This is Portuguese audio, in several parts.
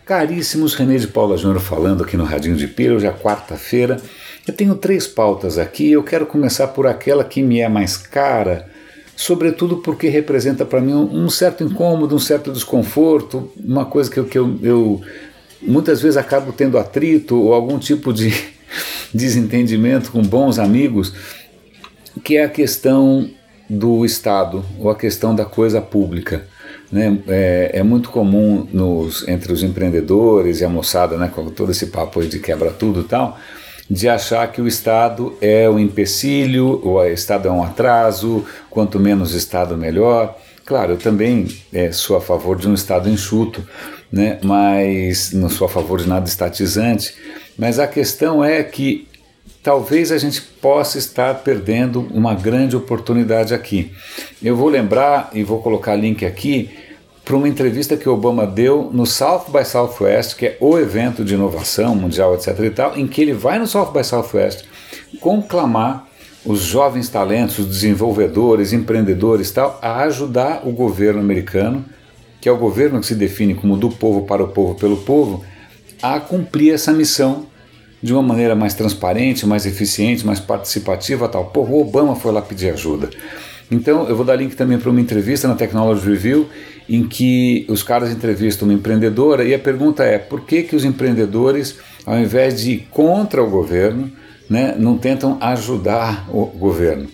Caríssimos, René de Paula Júnior falando aqui no Radinho de Pilha. Hoje é quarta-feira. Eu tenho 3 pautas aqui. Eu quero começar por aquela que me é mais cara, sobretudo porque representa para mim um certo incômodo, um certo desconforto, uma coisa que eu muitas vezes acabo tendo atrito ou algum tipo de desentendimento com bons amigos, que é a questão do Estado ou a questão da coisa pública. Né? É muito comum entre os empreendedores e a moçada, né, com todo esse papo aí de quebra tudo e tal, de achar que o Estado é um empecilho, ou o Estado é um atraso, quanto menos Estado melhor. Claro, eu também sou a favor de um Estado enxuto, né, mas não sou a favor de nada estatizante, mas a questão é que talvez a gente possa estar perdendo uma grande oportunidade aqui. Eu vou lembrar e vou colocar link aqui para uma entrevista que Obama deu no South by Southwest, que é o evento de inovação mundial, etc. e tal, em que ele vai no South by Southwest conclamar os jovens talentos, os desenvolvedores, empreendedores e tal, a ajudar o governo americano, que é o governo que se define como do povo, para o povo, pelo povo, a cumprir essa missão de uma maneira mais transparente, mais eficiente, mais participativa, tal. Pô, o Obama foi lá pedir ajuda. Então, eu vou dar link também para uma entrevista na Technology Review, em que os caras entrevistam uma empreendedora e a pergunta é: por que os empreendedores, ao invés de ir contra o governo, né, não tentam ajudar o governo?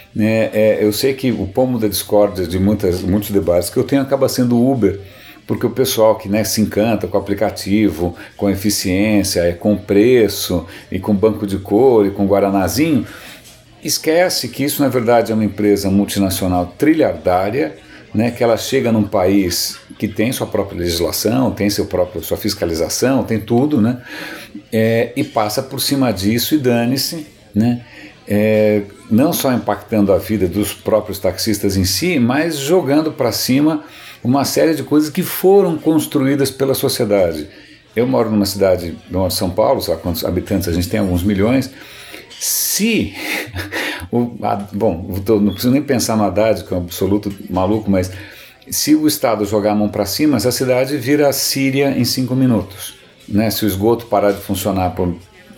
Eu sei que o pomo da discórdia de muitos debates que eu tenho acaba sendo o Uber, porque o pessoal que, né, se encanta com o aplicativo, com a eficiência, com o preço, e com banco de couro, e com Guaranazinho, esquece que isso na verdade é uma empresa multinacional trilhardária, né, que ela chega num país que tem sua própria legislação, tem sua fiscalização, tem tudo, né, e passa por cima disso e dane-se, né, não só impactando a vida dos próprios taxistas em si, mas jogando para cima uma série de coisas que foram construídas pela sociedade. Eu moro numa cidade, de São Paulo, sei lá quantos habitantes a gente tem, alguns milhões. Não preciso nem pensar no Haddad, que é um absoluto maluco, mas se o Estado jogar a mão para cima, essa cidade vira a Síria em 5 minutos. Né? Se o esgoto parar de funcionar por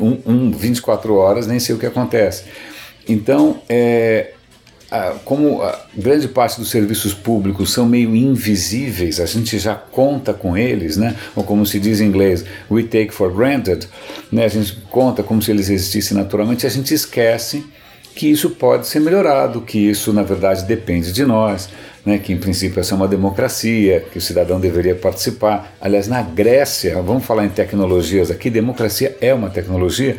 24 horas, nem sei o que acontece. Então, como a grande parte dos serviços públicos são meio invisíveis, a gente já conta com eles, né? Ou como se diz em inglês, we take for granted, né? A gente conta como se eles existissem naturalmente, a gente esquece que isso pode ser melhorado, que isso na verdade depende de nós, né? Que em princípio essa é uma democracia, que o cidadão deveria participar. Aliás, na Grécia, vamos falar em tecnologias aqui, democracia é uma tecnologia.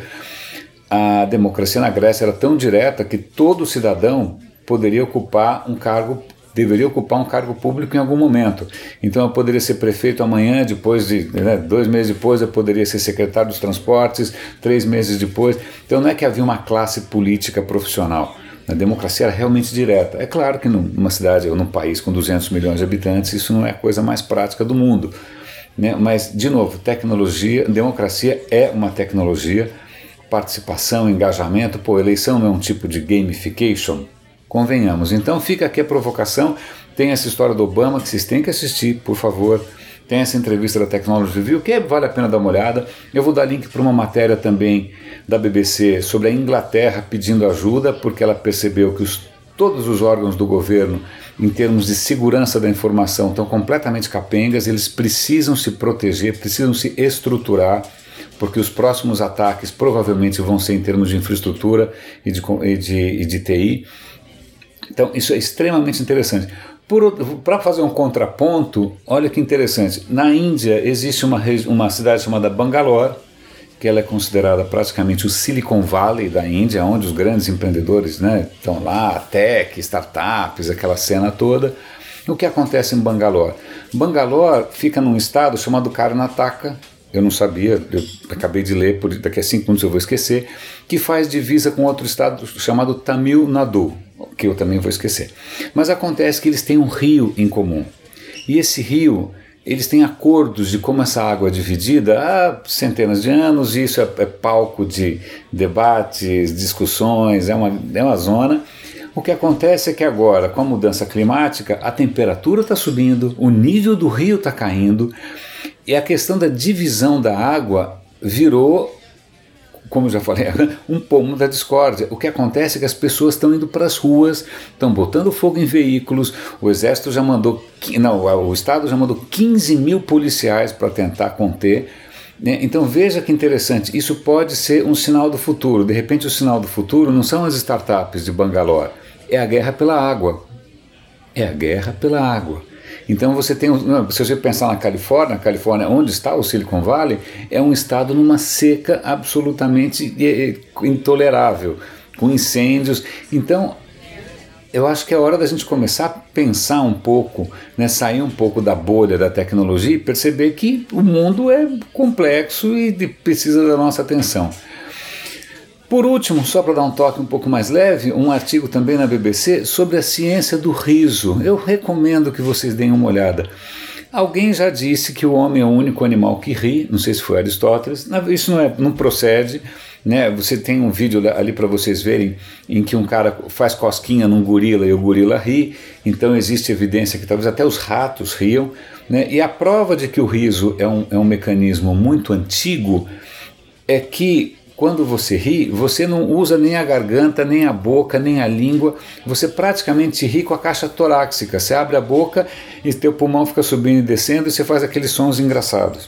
A democracia na Grécia era tão direta que todo cidadão deveria ocupar um cargo público em algum momento. Então eu poderia ser prefeito amanhã, depois de 2 meses depois eu poderia ser secretário dos transportes, 3 meses depois. Então não é que havia uma classe política profissional. A democracia era realmente direta. É claro que numa cidade ou num país com 200 milhões de habitantes isso não é a coisa mais prática do mundo, né? Mas, de novo, democracia é uma tecnologia, participação, engajamento. Eleição não é um tipo de gamification? Convenhamos. Então fica aqui a provocação, tem essa história do Obama que vocês têm que assistir, por favor, tem essa entrevista da Technology Review que vale a pena dar uma olhada. Eu vou dar link para uma matéria também da BBC sobre a Inglaterra pedindo ajuda, porque ela percebeu que todos os órgãos do governo, em termos de segurança da informação, estão completamente capengas, eles precisam se proteger, precisam se estruturar, porque os próximos ataques provavelmente vão ser em termos de infraestrutura e de TI. Então isso é extremamente interessante. Para fazer um contraponto, olha que interessante, na Índia existe uma cidade chamada Bangalore, que ela é considerada praticamente o Silicon Valley da Índia, onde os grandes empreendedores, né, estão lá, tech, startups, aquela cena toda. O que acontece em Bangalore? Bangalore fica num estado chamado Karnataka, eu não sabia, eu acabei de ler, daqui a 5 minutos eu vou esquecer, que faz divisa com outro estado chamado Tamil Nadu, que eu também vou esquecer. Mas acontece que eles têm um rio em comum. E esse rio, eles têm acordos de como essa água é dividida há centenas de anos, e isso é palco de debates, discussões, é uma zona. O que acontece é que agora, com a mudança climática, a temperatura está subindo, o nível do rio está caindo, E a questão da divisão da água virou, como eu já falei, um pomo da discórdia. O que acontece é que as pessoas estão indo para as ruas, estão botando fogo em veículos, o Estado já mandou 15 mil policiais para tentar conter. Então veja que interessante, isso pode ser um sinal do futuro. De repente o sinal do futuro não são as startups de Bangalore, é a guerra pela água. É a guerra pela água. Então você tem, se você pensar na Califórnia, onde está o Silicon Valley, é um estado numa seca absolutamente intolerável, com incêndios. Então eu acho que é hora da gente começar a pensar um pouco, né, sair um pouco da bolha da tecnologia e perceber que o mundo é complexo e precisa da nossa atenção. Por último, só para dar um toque um pouco mais leve, um artigo também na BBC sobre a ciência do riso. Eu recomendo que vocês deem uma olhada. Alguém já disse que o homem é o único animal que ri, não sei se foi Aristóteles, isso não procede, né? Você tem um vídeo ali para vocês verem em que um cara faz cosquinha num gorila e o gorila ri, então existe evidência que talvez até os ratos riam, né? E a prova de que o riso é um mecanismo muito antigo é que quando você ri, você não usa nem a garganta, nem a boca, nem a língua, você praticamente ri com a caixa torácica. Você abre a boca e teu pulmão fica subindo e descendo e você faz aqueles sons engraçados.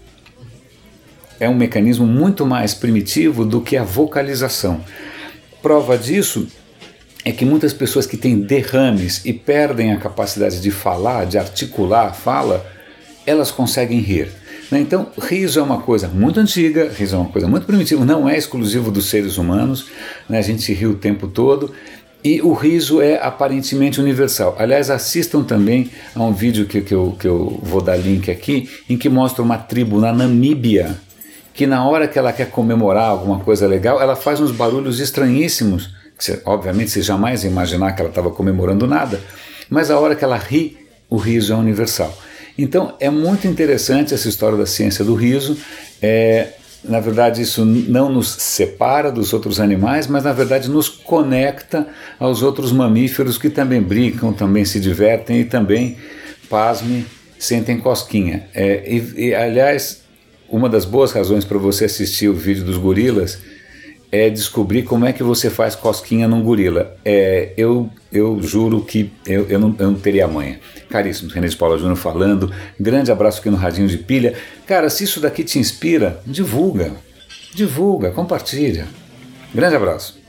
É um mecanismo muito mais primitivo do que a vocalização. Prova disso é que muitas pessoas que têm derrames e perdem a capacidade de falar, de articular a fala, elas conseguem rir. Então, riso é uma coisa muito antiga, riso é uma coisa muito primitiva, não é exclusivo dos seres humanos, né? A gente ri o tempo todo e o riso é aparentemente universal. Aliás, assistam também a um vídeo que eu vou dar link aqui, em que mostra uma tribo na Namíbia, que na hora que ela quer comemorar alguma coisa legal, ela faz uns barulhos estranhíssimos, obviamente você jamais ia imaginar que ela estava comemorando nada, mas a hora que ela ri, o riso é universal. Então é muito interessante essa história da ciência do riso. Na verdade isso não nos separa dos outros animais, mas na verdade nos conecta aos outros mamíferos que também brincam, também se divertem e também, pasme, sentem cosquinha. Aliás, uma das boas razões para você assistir o vídeo dos gorilas é descobrir como é que você faz cosquinha num gorila. Eu juro que eu não teria a manha. Caríssimo, René de Paula Júnior falando, grande abraço aqui no Radinho de Pilha. Cara, se isso daqui te inspira, divulga, compartilha. Grande abraço.